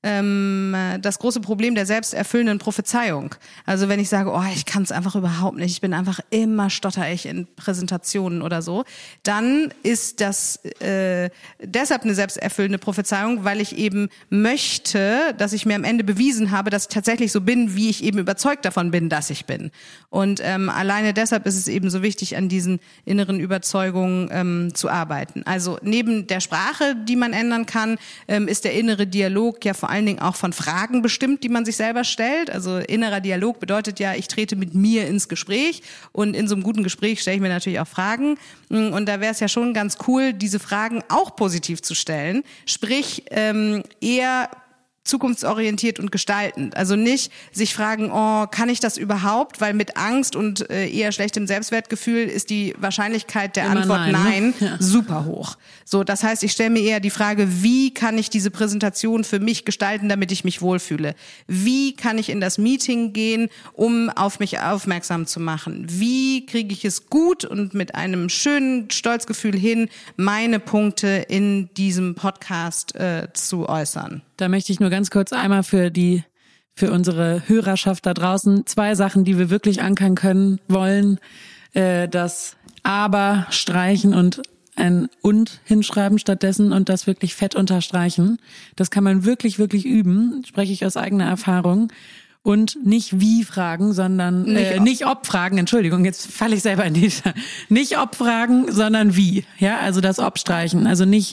das große Problem der selbsterfüllenden Prophezeiung. Also wenn ich sage, ich kann es einfach überhaupt nicht, ich bin einfach immer stotterig in Präsentationen oder so, dann ist das deshalb eine selbsterfüllende Prophezeiung, weil ich eben möchte, dass ich mir am Ende bewiesen habe, dass ich tatsächlich so bin, wie ich eben überzeugt davon bin, dass ich bin. Und alleine deshalb ist es eben so wichtig, an diesen inneren Überzeugungen zu arbeiten. Also neben der Sprache, die man ändern kann, ist der innere Dialog ja vor allen Dingen auch von Fragen bestimmt, die man sich selber stellt. Also innerer Dialog bedeutet ja, ich trete mit mir ins Gespräch und in so einem guten Gespräch stelle ich mir natürlich auch Fragen. Und da wäre es ja schon ganz cool, diese Fragen auch positiv zu stellen. Sprich, eher zukunftsorientiert und gestaltend. Also nicht sich fragen, kann ich das überhaupt? Weil mit Angst und eher schlechtem Selbstwertgefühl ist die Wahrscheinlichkeit der immer Antwort Nein ja. super hoch. So, das heißt, ich stelle mir eher die Frage, wie kann ich diese Präsentation für mich gestalten, damit ich mich wohlfühle? Wie kann ich in das Meeting gehen, um auf mich aufmerksam zu machen? Wie kriege ich es gut und mit einem schönen Stolzgefühl hin, meine Punkte in diesem Podcast zu äußern? Da möchte ich nur ganz kurz einmal für unsere Hörerschaft da draußen 2 Sachen, die wir wirklich ankern können wollen, das Aber streichen und ein Und hinschreiben stattdessen und das wirklich fett unterstreichen. Das kann man wirklich, wirklich üben, spreche ich aus eigener Erfahrung. Und nicht wie fragen, sondern nicht ob fragen, Entschuldigung, jetzt falle ich selber in die nicht ob fragen, sondern wie. Ja, also das ob streichen. Also nicht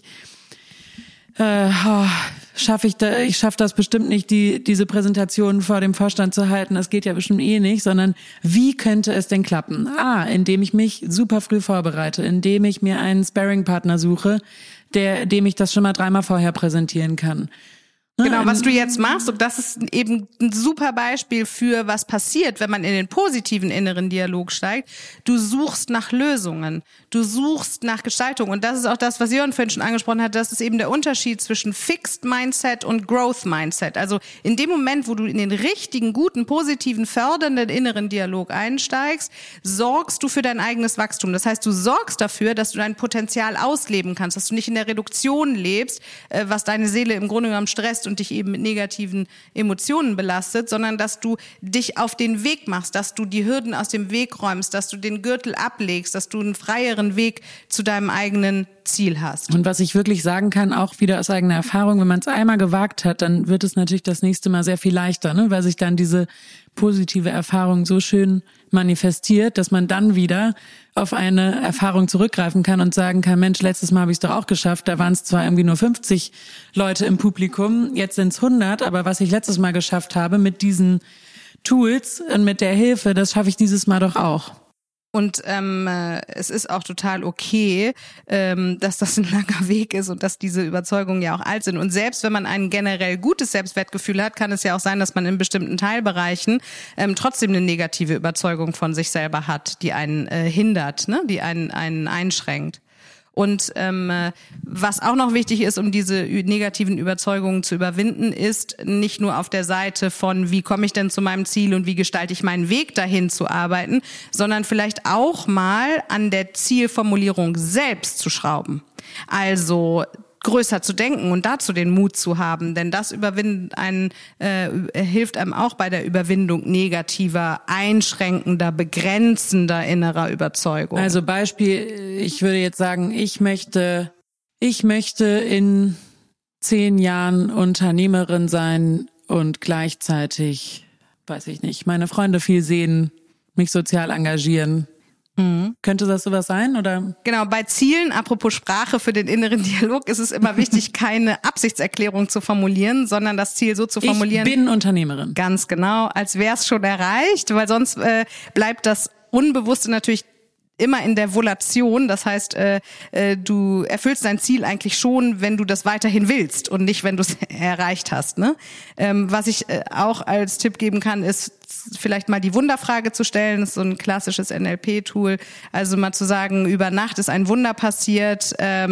ich schaffe das bestimmt nicht, diese Präsentation vor dem Vorstand zu halten, das geht ja bestimmt nicht, sondern wie könnte es denn klappen? Indem ich mich super früh vorbereite, indem ich mir einen Sparring-Partner suche, dem ich das schon mal 3-mal vorher präsentieren kann. Genau, was du jetzt machst, und das ist eben ein super Beispiel für, was passiert, wenn man in den positiven inneren Dialog steigt. Du suchst nach Lösungen, du suchst nach Gestaltung. Und das ist auch das, was Jörn vorhin schon angesprochen hat, das ist eben der Unterschied zwischen Fixed Mindset und Growth Mindset. Also in dem Moment, wo du in den richtigen, guten, positiven, fördernden inneren Dialog einsteigst, sorgst du für dein eigenes Wachstum. Das heißt, du sorgst dafür, dass du dein Potenzial ausleben kannst, dass du nicht in der Reduktion lebst, was deine Seele im Grunde genommen stresst und dich eben mit negativen Emotionen belastet, sondern dass du dich auf den Weg machst, dass du die Hürden aus dem Weg räumst, dass du den Gürtel ablegst, dass du einen freieren Weg zu deinem eigenen Ziel hast. Und was ich wirklich sagen kann, auch wieder aus eigener Erfahrung, wenn man es einmal gewagt hat, dann wird es natürlich das nächste Mal sehr viel leichter, ne? Weil sich dann diese positive Erfahrung so schön manifestiert, dass man dann wieder auf eine Erfahrung zurückgreifen kann und sagen kann, Mensch, letztes Mal habe ich es doch auch geschafft, da waren es zwar irgendwie nur 50 Leute im Publikum, jetzt sind es 100, aber was ich letztes Mal geschafft habe mit diesen Tools und mit der Hilfe, das schaffe ich dieses Mal doch auch. Und es ist auch total okay, dass das ein langer Weg ist und dass diese Überzeugungen ja auch alt sind. Und selbst wenn man ein generell gutes Selbstwertgefühl hat, kann es ja auch sein, dass man in bestimmten Teilbereichen trotzdem eine negative Überzeugung von sich selber hat, die einen hindert, ne? Die einen einschränkt. Und was auch noch wichtig ist, um diese negativen Überzeugungen zu überwinden, ist nicht nur auf der Seite von, wie komme ich denn zu meinem Ziel und wie gestalte ich meinen Weg dahin zu arbeiten, sondern vielleicht auch mal an der Zielformulierung selbst zu schrauben. Also größer zu denken und dazu den Mut zu haben, denn das hilft einem auch bei der Überwindung negativer, einschränkender, begrenzender innerer Überzeugung. Also Beispiel, ich würde jetzt sagen, ich möchte in 10 Jahren Unternehmerin sein und gleichzeitig, weiß ich nicht, meine Freunde viel sehen, mich sozial engagieren. Könnte das sowas sein, oder? Genau, bei Zielen, apropos Sprache für den inneren Dialog, ist es immer wichtig, keine Absichtserklärung zu formulieren, sondern das Ziel so zu formulieren. Ich bin Unternehmerin. Ganz genau, als wäre es schon erreicht, weil sonst bleibt das Unbewusste natürlich immer in der Volation. Das heißt, du erfüllst dein Ziel eigentlich schon, wenn du das weiterhin willst und nicht, wenn du es erreicht hast. Ne? Was ich auch als Tipp geben kann, ist vielleicht mal die Wunderfrage zu stellen. Das ist so ein klassisches NLP-Tool. Also mal zu sagen, über Nacht ist ein Wunder passiert,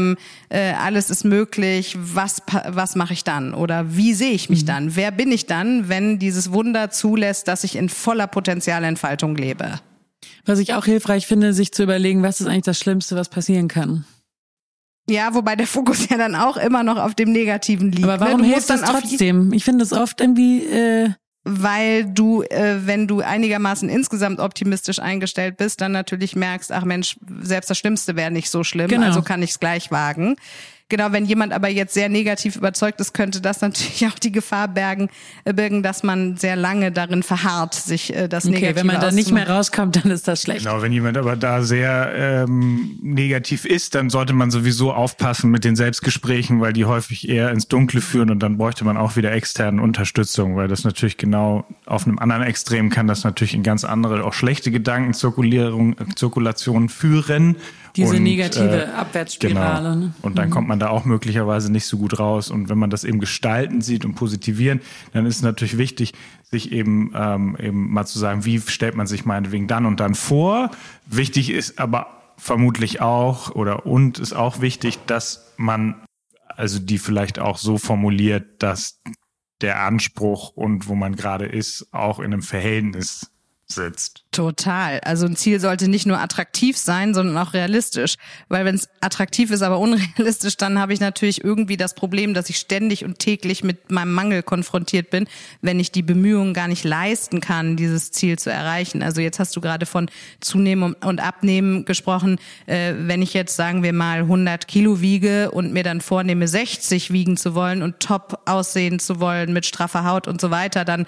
alles ist möglich, was mache ich dann? Oder wie sehe ich mich dann? Wer bin ich dann, wenn dieses Wunder zulässt, dass ich in voller Potenzialentfaltung lebe? Was ich auch hilfreich finde, sich zu überlegen, was ist eigentlich das Schlimmste, was passieren kann. Ja, wobei der Fokus ja dann auch immer noch auf dem Negativen liegt. Aber warum hilft das trotzdem? Ich finde es oft irgendwie... Weil du, wenn du einigermaßen insgesamt optimistisch eingestellt bist, dann natürlich merkst, ach Mensch, selbst das Schlimmste wäre nicht so schlimm, genau. Also kann ich es gleich wagen. Genau, wenn jemand aber jetzt sehr negativ überzeugt ist, könnte das natürlich auch die Gefahr birgen, dass man sehr lange darin verharrt, sich das Negative Okay, wenn man da nicht mehr rauskommt, dann ist das schlecht. Genau, wenn jemand aber da sehr negativ ist, dann sollte man sowieso aufpassen mit den Selbstgesprächen, weil die häufig eher ins Dunkle führen und dann bräuchte man auch wieder externe Unterstützung, weil das natürlich genau auf einem anderen Extrem kann das natürlich in ganz andere, auch schlechte Gedankenzirkulationen führen. Diese negative Abwärtsspirale. Genau. Ne? Und dann kommt man da auch möglicherweise nicht so gut raus. Und wenn man das eben gestalten sieht und positivieren, dann ist es natürlich wichtig, sich eben mal zu sagen, wie stellt man sich meinetwegen dann und dann vor. Wichtig ist aber vermutlich auch und ist auch wichtig, dass man also die vielleicht auch so formuliert, dass der Anspruch und wo man gerade ist, auch in einem Verhältnis sitzt. Total. Also ein Ziel sollte nicht nur attraktiv sein, sondern auch realistisch. Weil wenn es attraktiv ist, aber unrealistisch, dann habe ich natürlich irgendwie das Problem, dass ich ständig und täglich mit meinem Mangel konfrontiert bin, wenn ich die Bemühungen gar nicht leisten kann, dieses Ziel zu erreichen. Also jetzt hast du gerade von Zunehmen und Abnehmen gesprochen. Wenn ich jetzt, sagen wir mal, 100 Kilo wiege und mir dann vornehme, 60 wiegen zu wollen und top aussehen zu wollen mit straffer Haut und so weiter, dann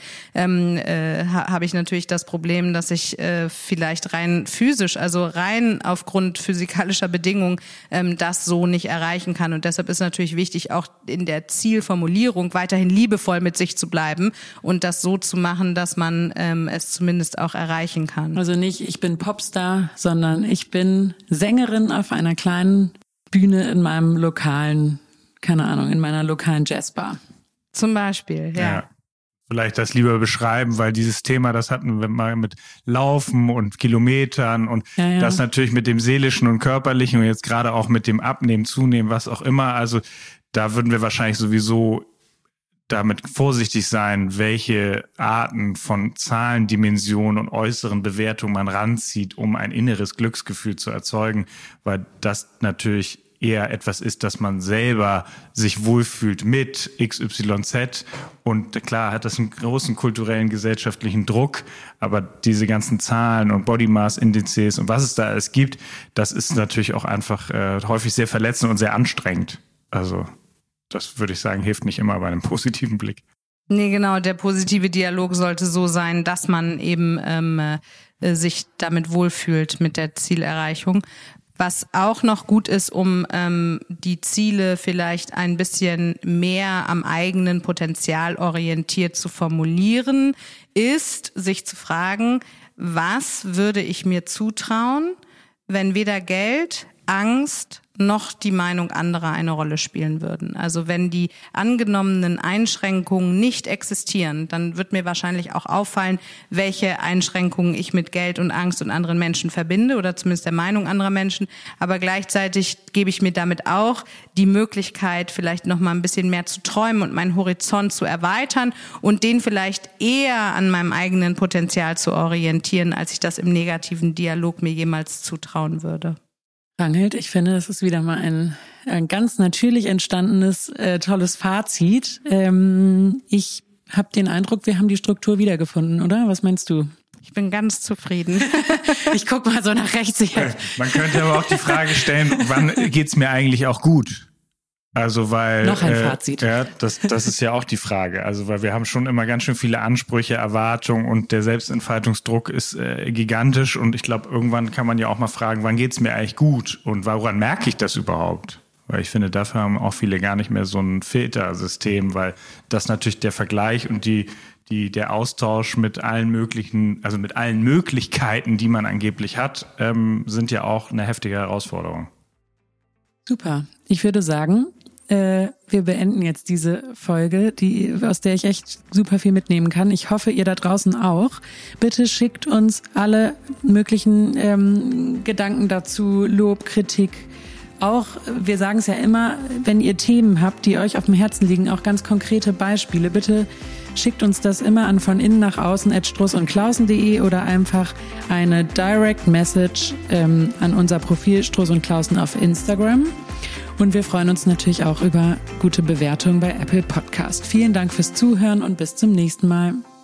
habe ich natürlich das Problem, dass ich vielleicht rein physisch, also rein aufgrund physikalischer Bedingungen das so nicht erreichen kann. Und deshalb ist natürlich wichtig, auch in der Zielformulierung weiterhin liebevoll mit sich zu bleiben und das so zu machen, dass man es zumindest auch erreichen kann. Also nicht, ich bin Popstar, sondern ich bin Sängerin auf einer kleinen Bühne in meinem lokalen, keine Ahnung, in meiner lokalen Jazzbar. Zum Beispiel, ja. Vielleicht das lieber beschreiben, weil dieses Thema, das hatten wir mal mit Laufen und Kilometern und das natürlich mit dem Seelischen und Körperlichen und jetzt gerade auch mit dem Abnehmen, Zunehmen, was auch immer. Also da würden wir wahrscheinlich sowieso damit vorsichtig sein, welche Arten von Zahlendimensionen und äußeren Bewertungen man ranzieht, um ein inneres Glücksgefühl zu erzeugen, weil das natürlich eher etwas ist, dass man selber sich wohlfühlt mit XYZ. Und klar hat das einen großen kulturellen, gesellschaftlichen Druck, aber diese ganzen Zahlen und Body Mass Indizes und was es da alles gibt, das ist natürlich auch einfach häufig sehr verletzend und sehr anstrengend. Also das würde ich sagen, hilft nicht immer bei einem positiven Blick. Nee, genau. Der positive Dialog sollte so sein, dass man eben sich damit wohlfühlt mit der Zielerreichung. Was auch noch gut ist, um die Ziele vielleicht ein bisschen mehr am eigenen Potenzial orientiert zu formulieren, ist, sich zu fragen, was würde ich mir zutrauen, wenn weder Geld, Angst noch die Meinung anderer eine Rolle spielen würden. Also wenn die angenommenen Einschränkungen nicht existieren, dann wird mir wahrscheinlich auch auffallen, welche Einschränkungen ich mit Geld und Angst und anderen Menschen verbinde oder zumindest der Meinung anderer Menschen. Aber gleichzeitig gebe ich mir damit auch die Möglichkeit, vielleicht noch mal ein bisschen mehr zu träumen und meinen Horizont zu erweitern und den vielleicht eher an meinem eigenen Potenzial zu orientieren, als ich das im negativen Dialog mir jemals zutrauen würde. Ranghild, ich finde, das ist wieder mal ein ganz natürlich entstandenes, tolles Fazit. Ich habe den Eindruck, wir haben die Struktur wiedergefunden, oder? Was meinst du? Ich bin ganz zufrieden. Ich guck mal so nach rechts. Man könnte aber auch die Frage stellen, wann geht's mir eigentlich auch gut? Also weil noch ein Fazit. Ja, das ist ja auch die Frage. Also weil wir haben schon immer ganz schön viele Ansprüche, Erwartungen und der Selbstentfaltungsdruck ist gigantisch und ich glaube, irgendwann kann man ja auch mal fragen, wann geht's mir eigentlich gut und woran merke ich das überhaupt? Weil ich finde, dafür haben auch viele gar nicht mehr so ein Filtersystem, weil das natürlich der Vergleich und der Austausch mit allen möglichen, also mit allen Möglichkeiten, die man angeblich hat, sind ja auch eine heftige Herausforderung. Super. Ich würde sagen, wir beenden jetzt diese Folge, aus der ich echt super viel mitnehmen kann. Ich hoffe, ihr da draußen auch. Bitte schickt uns alle möglichen Gedanken dazu, Lob, Kritik. Auch, wir sagen es ja immer, wenn ihr Themen habt, die euch auf dem Herzen liegen, auch ganz konkrete Beispiele, bitte schickt uns das immer an von innen nach außen @strussundklausen.de oder einfach eine Direct Message an unser Profil Struss und Klausen auf Instagram. Und wir freuen uns natürlich auch über gute Bewertungen bei Apple Podcast. Vielen Dank fürs Zuhören und bis zum nächsten Mal.